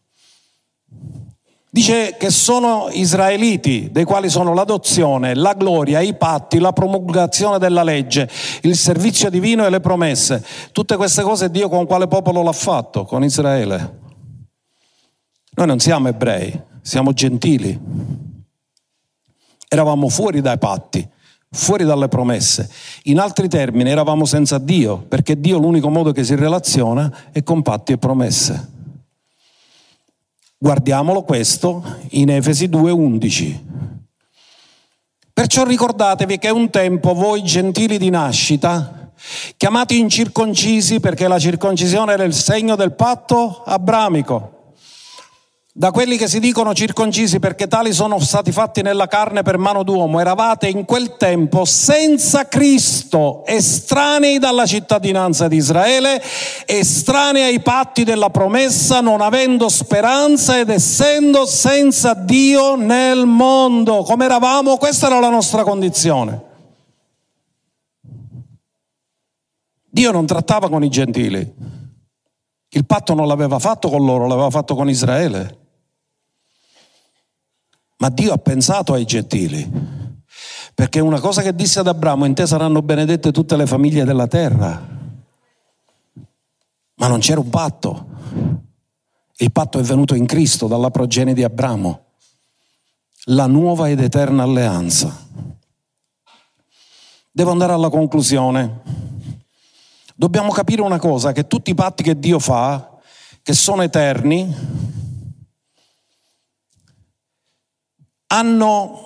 dice che sono israeliti, dei quali sono l'adozione, la gloria, i patti, la promulgazione della legge, il servizio divino e le promesse. Tutte queste cose Dio con quale popolo l'ha fatto? Con Israele. Noi non siamo ebrei, siamo gentili. Eravamo fuori dai patti, fuori dalle promesse. In altri termini, eravamo senza Dio, perché Dio l'unico modo che si relaziona è con patti e promesse. Guardiamolo questo in Efesi due undici. Perciò ricordatevi che un tempo voi gentili di nascita, chiamati incirconcisi perché la circoncisione era il segno del patto abramico, da quelli che si dicono circoncisi perché tali sono stati fatti nella carne per mano d'uomo, eravate in quel tempo senza Cristo, estranei dalla cittadinanza di Israele, estranei ai patti della promessa, non avendo speranza ed essendo senza Dio nel mondo. Come eravamo? Questa era la nostra condizione. Dio non trattava con i gentili, il patto non l'aveva fatto con loro, l'aveva fatto con Israele. Ma Dio ha pensato ai gentili, perché una cosa che disse ad Abramo: in te saranno benedette tutte le famiglie della terra. Ma non c'era un patto. Il patto è venuto in Cristo dalla progenie di Abramo, la nuova ed eterna alleanza. Devo andare alla conclusione. Dobbiamo capire una cosa, che tutti i patti che Dio fa, che sono eterni, hanno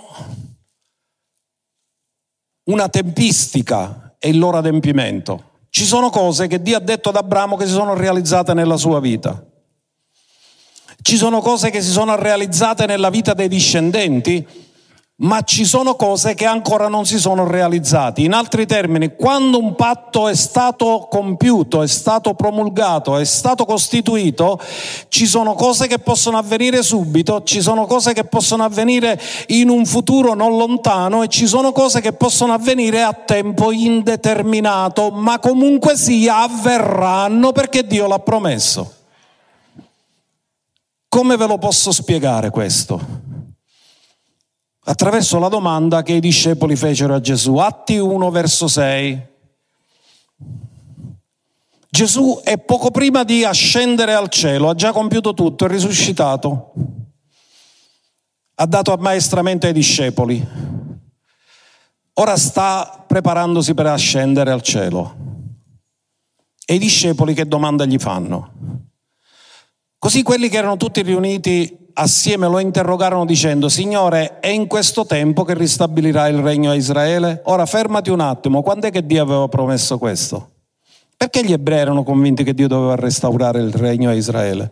una tempistica e il loro adempimento. Ci sono cose che Dio ha detto ad Abramo che si sono realizzate nella sua vita. Ci sono cose che si sono realizzate nella vita dei discendenti, ma ci sono cose che ancora non si sono realizzate. In altri termini, quando un patto è stato compiuto, è stato promulgato, è stato costituito, ci sono cose che possono avvenire subito, ci sono cose che possono avvenire in un futuro non lontano e ci sono cose che possono avvenire a tempo indeterminato, ma comunque sia avverranno perché Dio l'ha promesso. Come ve lo posso spiegare questo? attraverso la domanda che i discepoli fecero a Gesù. Atti uno, verso sei. Gesù è poco prima di ascendere al cielo, ha già compiuto tutto, è risuscitato. Ha dato ammaestramento ai discepoli. Ora sta preparandosi per ascendere al cielo. E i discepoli che domanda gli fanno? Così quelli che erano tutti riuniti assieme lo interrogarono dicendo: Signore, è in questo tempo che ristabilirà il regno a Israele? Ora fermati un attimo, quando è che Dio aveva promesso questo? Perché gli ebrei erano convinti che Dio doveva restaurare il regno a Israele?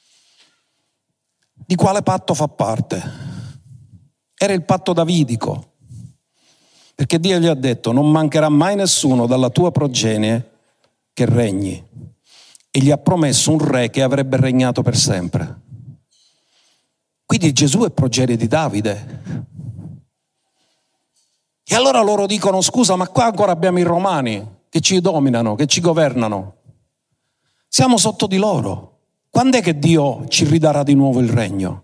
Di quale patto fa parte? Era il patto davidico, perché Dio gli ha detto: non mancherà mai nessuno dalla tua progenie che regni, e gli ha promesso un re che avrebbe regnato per sempre. Quindi Gesù è progenie di Davide. E allora loro dicono: scusa, ma qua ancora abbiamo i romani che ci dominano, che ci governano. Siamo sotto di loro. Quando è che Dio ci ridarà di nuovo il regno?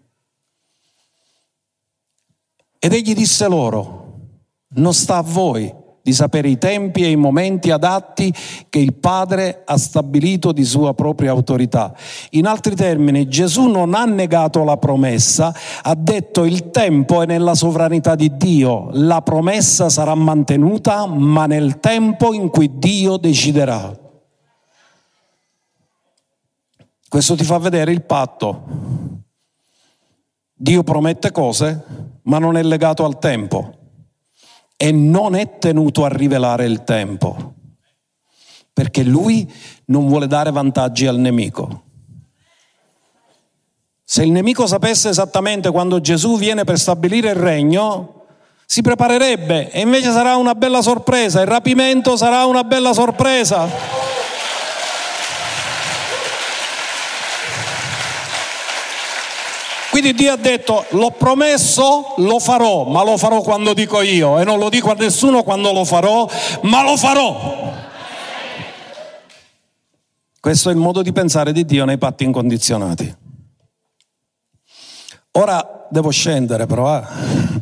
Ed egli disse loro: non sta a voi di sapere i tempi e i momenti adatti che il Padre ha stabilito di sua propria autorità. In altri termini, Gesù non ha negato la promessa, ha detto: il tempo è nella sovranità di Dio, la promessa sarà mantenuta, ma nel tempo in cui Dio deciderà. Questo ti fa vedere il patto. Dio promette cose, ma non è legato al tempo. E non è tenuto a rivelare il tempo, perché lui non vuole dare vantaggi al nemico. Se il nemico sapesse esattamente quando Gesù viene per stabilire il regno, si preparerebbe, e invece sarà una bella sorpresa, il rapimento sarà una bella sorpresa. Quindi Dio ha detto: l'ho promesso, lo farò, ma lo farò quando dico io, e non lo dico a nessuno quando lo farò, ma lo farò. Questo è il modo di pensare di Dio nei patti incondizionati. Ora devo scendere però, eh?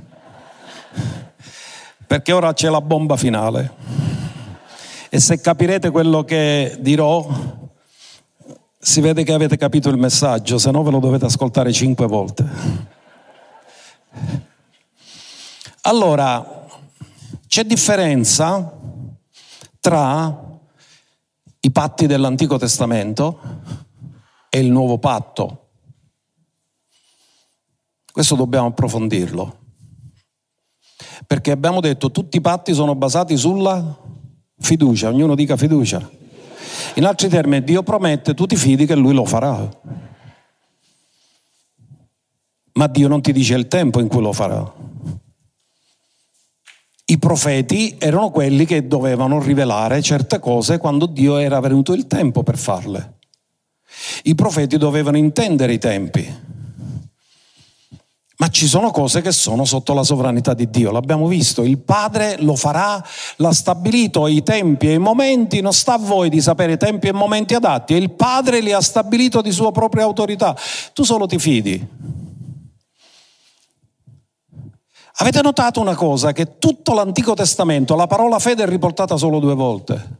Perché ora c'è la bomba finale. E se capirete quello che dirò, si vede che avete capito il messaggio, se no ve lo dovete ascoltare cinque volte. Allora, c'è differenza tra i patti dell'Antico Testamento e il Nuovo Patto. Questo dobbiamo approfondirlo. Perché abbiamo detto tutti i patti sono basati sulla fiducia, ognuno dica fiducia. In altri termini, Dio promette, tu ti fidi che Lui lo farà. Ma Dio non ti dice il tempo in cui lo farà. I profeti erano quelli che dovevano rivelare certe cose quando Dio era venuto il tempo per farle. I profeti dovevano intendere i tempi. Ma ci sono cose che sono sotto la sovranità di Dio, l'abbiamo visto, il Padre lo farà, l'ha stabilito i tempi e i momenti, non sta a voi di sapere i tempi e i momenti adatti, e il Padre li ha stabilito di sua propria autorità, tu solo ti fidi. Avete notato una cosa, che tutto l'Antico Testamento, la parola fede è riportata solo due volte.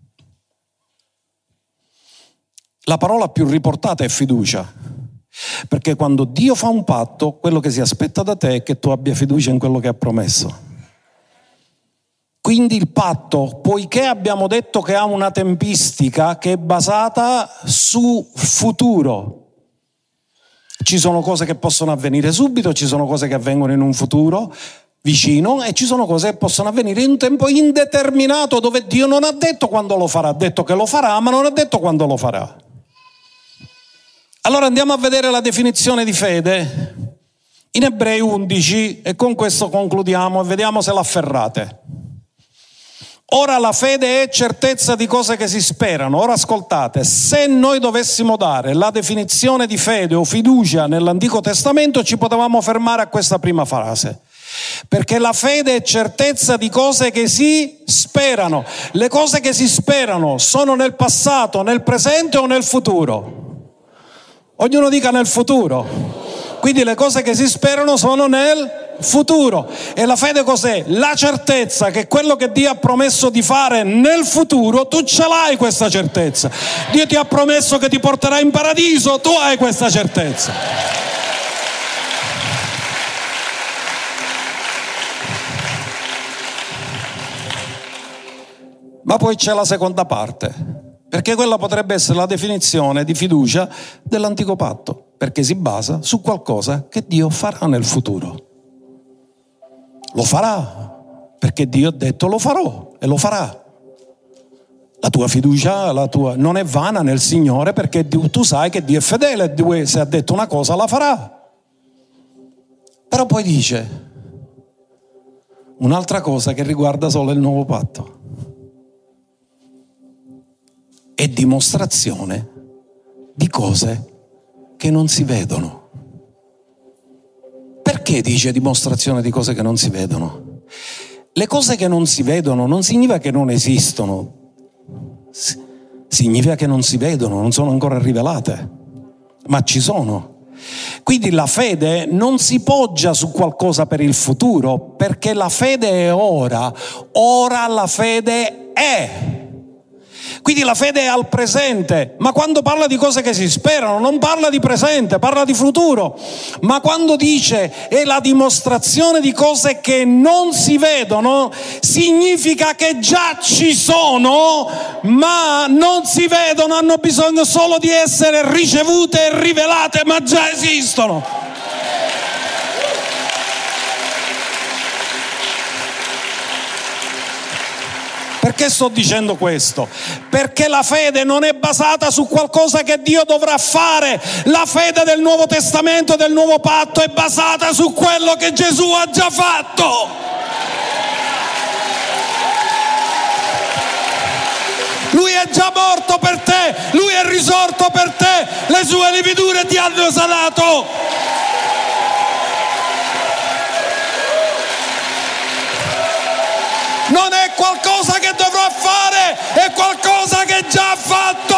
La parola più riportata è fiducia. Perché quando Dio fa un patto, quello che si aspetta da te è che tu abbia fiducia in quello che ha promesso. Quindi il patto, poiché abbiamo detto che ha una tempistica che è basata su futuro, ci sono cose che possono avvenire subito, ci sono cose che avvengono in un futuro vicino e ci sono cose che possono avvenire in un tempo indeterminato, dove Dio non ha detto quando lo farà, ha detto che lo farà, ma non ha detto quando lo farà. Allora andiamo a vedere la definizione di fede in Ebrei undici, e con questo concludiamo e vediamo se l'afferrate. Ora la fede è certezza di cose che si sperano. Ora ascoltate, se noi dovessimo dare la definizione di fede o fiducia nell'Antico Testamento, ci potevamo fermare a questa prima frase. Perché la fede è certezza di cose che si sperano. Le cose che si sperano sono nel passato, nel presente o nel futuro? Ognuno dica nel futuro. Quindi le cose che si sperano sono nel futuro. E la fede cos'è? La certezza che quello che Dio ha promesso di fare nel futuro, tu ce l'hai questa certezza. Dio ti ha promesso che ti porterà in paradiso, tu hai questa certezza. Ma poi c'è la seconda parte, perché quella potrebbe essere la definizione di fiducia dell'antico patto, perché si basa su qualcosa che Dio farà nel futuro. Lo farà, perché Dio ha detto lo farò e lo farà. La tua fiducia la tua, non è vana nel Signore, perché tu sai che Dio è fedele, Dio, se ha detto una cosa la farà. Però poi dice un'altra cosa che riguarda solo il nuovo patto. È dimostrazione di cose che non si vedono. Perché dice dimostrazione di cose che non si vedono? Le cose che non si vedono non significa che non esistono, significa che non si vedono, non sono ancora rivelate, ma ci sono. Quindi la fede non si poggia su qualcosa per il futuro, perché la fede è ora, ora la fede è. Quindi la fede è al presente, ma quando parla di cose che si sperano non parla di presente, parla di futuro. Ma quando dice è la dimostrazione di cose che non si vedono, significa che già ci sono, ma non si vedono, hanno bisogno solo di essere ricevute e rivelate, ma già esistono. Perché sto dicendo questo? Perché la fede non è basata su qualcosa che Dio dovrà fare. La fede del Nuovo Testamento e del Nuovo Patto è basata su quello che Gesù ha già fatto. Lui è già morto per te, Lui è risorto per te, le sue lividure ti hanno sanato. Non è qualcosa che dovrò fare, è qualcosa che già ha fatto.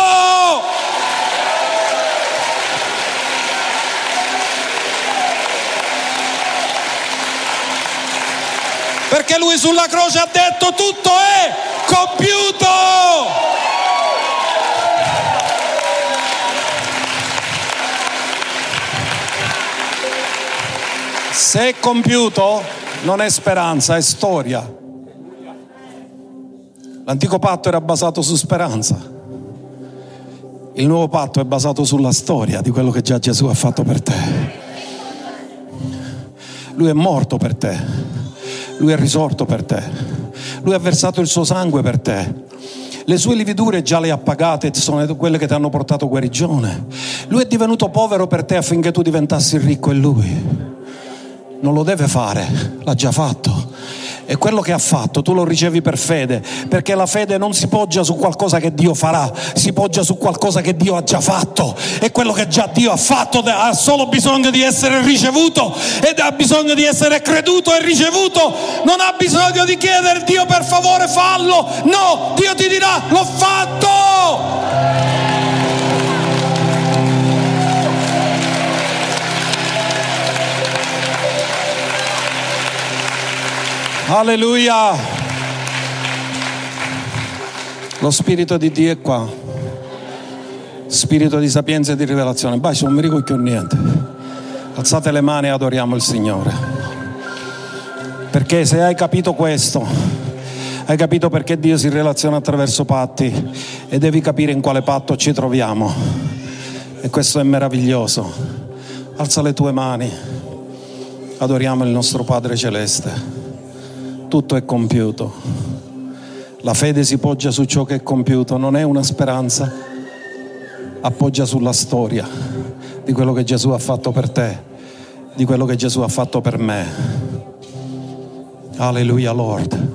Perché lui sulla croce ha detto tutto è compiuto. Se è compiuto non è speranza, è storia. L'antico patto era basato su speranza, il nuovo patto è basato sulla storia di quello che già Gesù ha fatto per te. Lui è morto per te, Lui è risorto per te, Lui ha versato il suo sangue per te, le sue lividure già le ha pagate, sono quelle che ti hanno portato guarigione. Lui è divenuto povero per te affinché tu diventassi ricco in Lui. Non lo deve fare, l'ha già fatto. E quello che ha fatto tu lo ricevi per fede, perché la fede non si poggia su qualcosa che Dio farà, si poggia su qualcosa che Dio ha già fatto, e quello che già Dio ha fatto ha solo bisogno di essere ricevuto, ed ha bisogno di essere creduto e ricevuto. Non ha bisogno di chiedere Dio per favore fallo, no, Dio ti dirà l'ho fatto. Alleluia! Lo Spirito di Dio è qua, spirito di sapienza e di rivelazione. Beh, non mi ricordo più niente. Alzate le mani e adoriamo il Signore, perché se hai capito questo, hai capito perché Dio si relaziona attraverso patti, e devi capire in quale patto ci troviamo, e questo è meraviglioso. Alza le tue mani, adoriamo il nostro Padre Celeste. Tutto è compiuto. La fede si poggia su ciò che è compiuto, non è una speranza, appoggia sulla storia di quello che Gesù ha fatto per te, di quello che Gesù ha fatto per me. Alleluia, Lord.